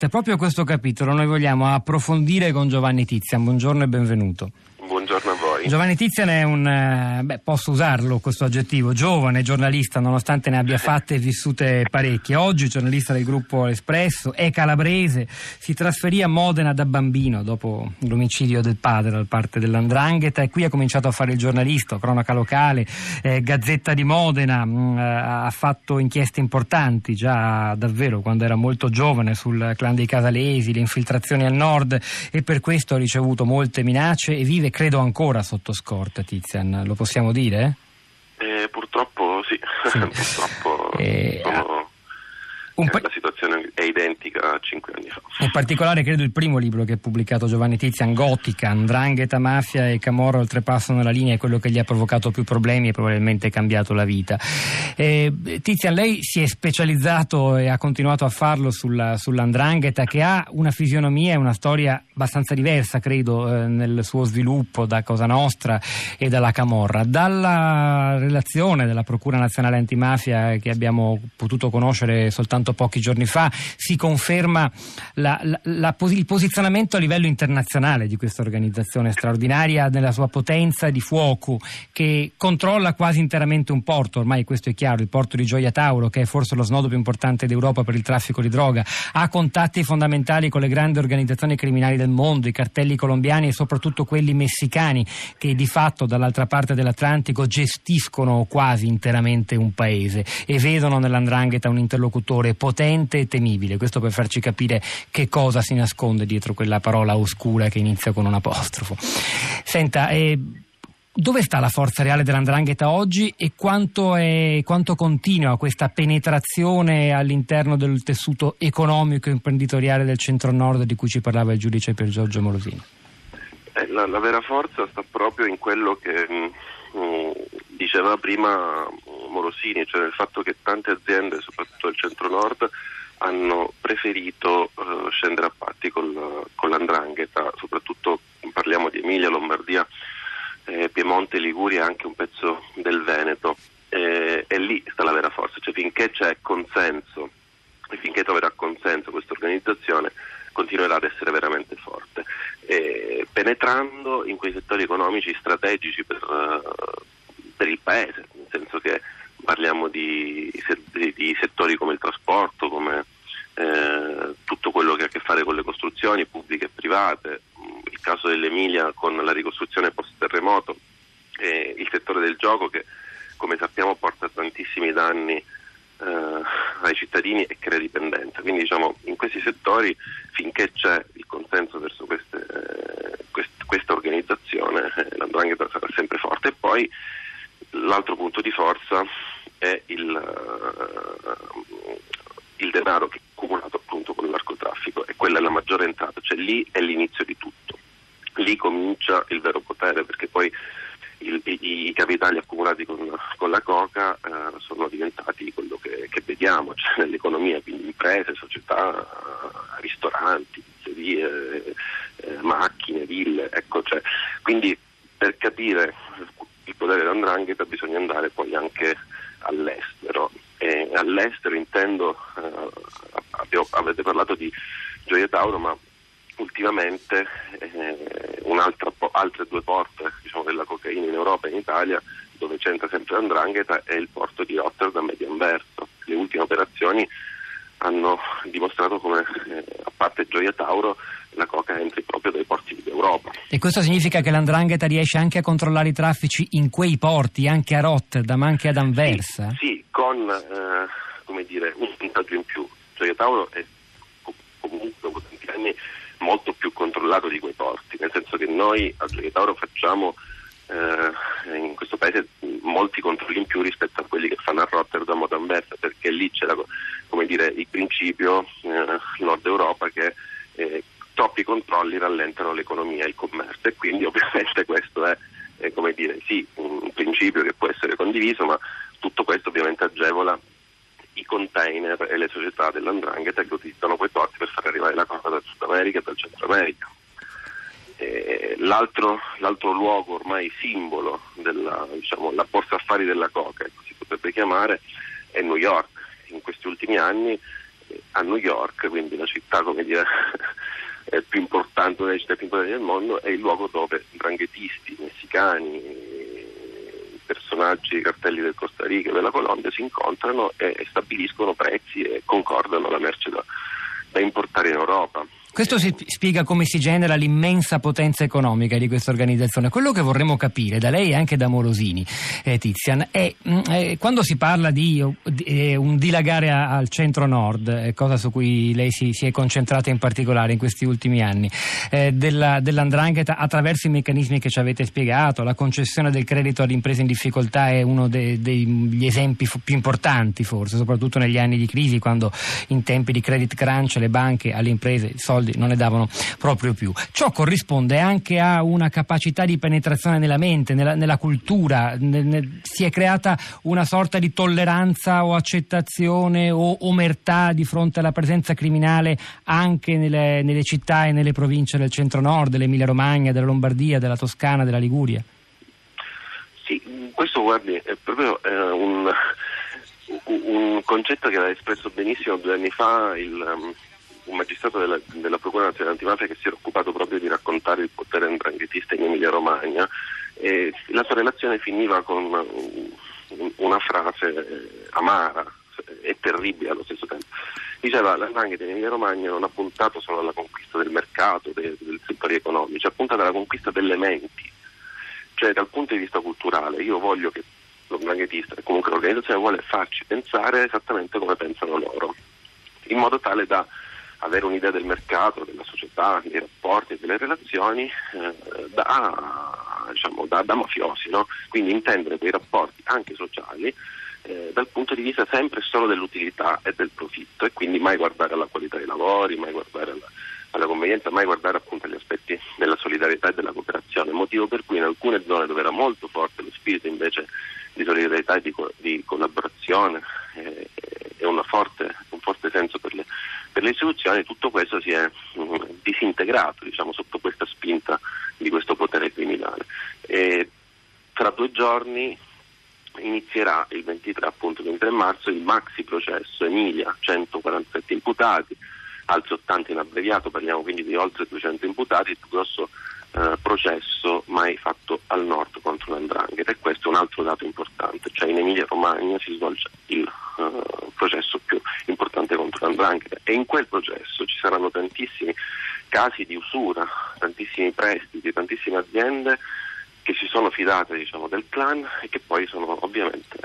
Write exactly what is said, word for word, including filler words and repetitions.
Proprio questo capitolo noi vogliamo approfondire con Giovanni Tizian. Buongiorno e benvenuto. Buongiorno a voi. Giovanni Tizian è un, beh, posso usarlo questo aggettivo, giovane giornalista, nonostante ne abbia fatte e vissute parecchie. Oggi giornalista del gruppo L'Espresso, è calabrese, si trasferì a Modena da bambino dopo l'omicidio del padre da parte dell''ndrangheta e qui ha cominciato a fare il giornalista, cronaca locale, eh, Gazzetta di Modena, mh, ha fatto inchieste importanti già davvero quando era molto giovane sul clan dei Casalesi, le infiltrazioni al nord, e per questo ha ricevuto molte minacce e vive, credo, ancora sotto scorta. Tizian, lo possiamo dire? Eh, purtroppo sì, sì. purtroppo eh, sono... un pa- la situazione è identica a cinque anni fa. In particolare credo il primo libro che ha pubblicato Giovanni Tizian, Gotica, 'ndrangheta, mafia e camorra oltrepassano la linea, è quello che gli ha provocato più problemi e probabilmente cambiato la vita. Eh, Tizian, lei si è specializzato e ha continuato a farlo sulla, sulla 'ndrangheta, che ha una fisionomia e una storia abbastanza diversa, credo, eh, nel suo sviluppo da Cosa Nostra e dalla camorra. Dalla relazione della Procura Nazionale Antimafia che abbiamo potuto conoscere soltanto pochi giorni fa si conferma la, la, la, il posizionamento a livello internazionale di questa organizzazione straordinaria nella sua potenza di fuoco, che controlla quasi interamente un porto, ormai questo è chiaro, il porto di Gioia Tauro, che è forse lo snodo più importante d'Europa per il traffico di droga, ha contatti fondamentali con le grandi organizzazioni criminali del mondo, i cartelli colombiani e soprattutto quelli messicani, che di fatto dall'altra parte dell'Atlantico gestiscono quasi interamente un paese e vedono nell''ndrangheta un interlocutore potente e temibile. Questo per farci capire che cosa si nasconde dietro quella parola oscura che inizia con un apostrofo. Senta, eh, dove sta la forza reale dell''ndrangheta oggi e quanto, è, quanto continua questa penetrazione all'interno del tessuto economico e imprenditoriale del centro-nord di cui ci parlava il giudice Pier Giorgio Morosini? Eh, la, la vera forza sta proprio in quello che mh, mh, diceva prima Morosini, cioè nel fatto che tante aziende, soprattutto del centro-nord, hanno preferito uh, scendere a patti col, con l''ndrangheta, soprattutto parliamo di Emilia, Lombardia, eh, Piemonte, Liguria e anche un pezzo del Veneto, eh, e lì sta la vera forza, cioè finché c'è consenso e finché troverà consenso questa organizzazione continuerà ad essere veramente forte, eh, penetrando in quei settori economici strategici per, uh, per il paese, nel senso che parliamo di, di, di settori come il trasporto, come eh, tutto quello che ha a che fare con le costruzioni pubbliche e private, il caso dell'Emilia con la ricostruzione post-terremoto, eh, il settore del gioco che, come sappiamo, porta tantissimi danni eh, ai cittadini e crea dipendenza. Quindi diciamo in questi settori finché c'è il consenso verso queste, eh, quest, questa organizzazione, eh, l''ndrangheta sarà sempre forte. E poi l'altro punto di forza è il, uh, il denaro che è accumulato appunto con il narcotraffico, e quella è la maggiore entrata, cioè lì è l'inizio di tutto, lì comincia il vero potere, perché poi il, i, i capitali accumulati con, con la coca uh, sono diventati quello che, che vediamo, cioè nell'economia, quindi imprese, società, uh, ristoranti, pizzerie, eh, macchine, ville, ecco, cioè, quindi per capire il potere dell''ndrangheta bisogna andare poi anche all'estero, e all'estero intendo eh, abbiamo, avete parlato di Gioia Tauro, ma ultimamente eh, un'altra altre due porte, diciamo, della cocaina in Europa e in Italia, dove c'entra sempre l''ndrangheta, è il porto di Rotterdam e di Anverso. Le ultime operazioni hanno dimostrato come eh, a parte Gioia Tauro la coca entri proprio dai porti d'Europa. E questo significa che l''ndrangheta riesce anche a controllare i traffici in quei porti, anche a Rotterdam, anche ad Anversa? Sì, sì, con eh, come dire, un vantaggio in più. Gioia Tauro è comunque dopo tanti anni molto più controllato di quei porti, nel senso che noi a Gioia Tauro facciamo eh, in questo paese molti controlli in più rispetto a quelli che fanno a Rotterdam o ad Anversa, perché lì c'è la, come dire, il principio eh, Nord Europa che eh, troppi controlli rallentano l'economia e il commercio, e quindi ovviamente questo è, è come dire, sì, un principio che può essere condiviso, ma tutto questo ovviamente agevola i container e le società dell''ndrangheta che utilizzano quei porti per far arrivare la coca dal Sud America e dal Centro America. E l'altro, l'altro luogo ormai simbolo della, diciamo, la borsa affari della coca, si potrebbe chiamare, è New York. In questi ultimi anni a New York, quindi la città, come dire, è più importante, una delle città più importanti del mondo, è il luogo dove ndranghetisti messicani, personaggi, cartelli del Costa Rica e della Colombia si incontrano e, e stabiliscono prezzi e concordano la merce da, da importare in Europa. Questo si spiega come si genera l'immensa potenza economica di questa organizzazione. Quello che vorremmo capire da lei e anche da Morosini, eh, Tizian, è eh, quando si parla di eh, un dilagare a, al centro-nord, eh, cosa su cui lei si, si è concentrata in particolare in questi ultimi anni, eh, della, dell'andrangheta attraverso i meccanismi che ci avete spiegato, la concessione del credito alle imprese in difficoltà è uno de, degli esempi f- più importanti forse, soprattutto negli anni di crisi, quando in tempi di credit crunch le banche alle imprese soldi non ne davano proprio più. Ciò corrisponde anche a una capacità di penetrazione nella mente, nella, nella cultura. Ne, ne, si è creata una sorta di tolleranza o accettazione o omertà di fronte alla presenza criminale anche nelle, nelle città e nelle province del centro-nord, dell'Emilia Romagna, della Lombardia, della Toscana, della Liguria. Sì, questo guardi è proprio eh, un, un concetto che aveva espresso benissimo due anni fa il um, un magistrato della, della Procura Nazionale Antimafia che si era occupato proprio di raccontare il potere ndranghetista in Emilia Romagna, e la sua relazione finiva con una frase amara e terribile allo stesso tempo. Diceva: la ndrangheta in Emilia Romagna non ha puntato solo alla conquista del mercato, dei, dei settori economici, ha puntato alla conquista delle menti, cioè dal punto di vista culturale. Io voglio che lo ndranghetista e comunque l'organizzazione vuole farci pensare esattamente come pensano loro, in modo tale da avere un'idea del mercato, della società, dei rapporti, delle relazioni eh, da, diciamo, da, da mafiosi, no? Quindi intendere quei rapporti anche sociali eh, dal punto di vista sempre solo dell'utilità e del profitto, e quindi mai guardare alla qualità dei lavori, mai guardare alla, alla convenienza, mai guardare appunto agli aspetti della solidarietà e della cooperazione, motivo per cui in alcune zone dove era molto forte lo spirito invece di solidarietà e di, co- di collaborazione eh, e una forte, un forte senso per le Per le istituzioni, tutto questo si è mh, disintegrato, diciamo, sotto questa spinta di questo potere criminale. E tra due giorni inizierà il ventitré, appunto, ventitré marzo, il maxi processo Emilia, centoquarantasette imputati, altri ottanta in abbreviato, parliamo quindi di oltre duecento imputati, il più grosso eh, processo mai fatto al nord contro l'andrangheta. E questo è un altro dato importante, cioè in Emilia Romagna si svolge il uh, processo più importante contro l'andrangheta, e in quel processo ci saranno tantissimi casi di usura, tantissimi prestiti, tantissime aziende che si sono fidate, diciamo, del clan e che poi sono ovviamente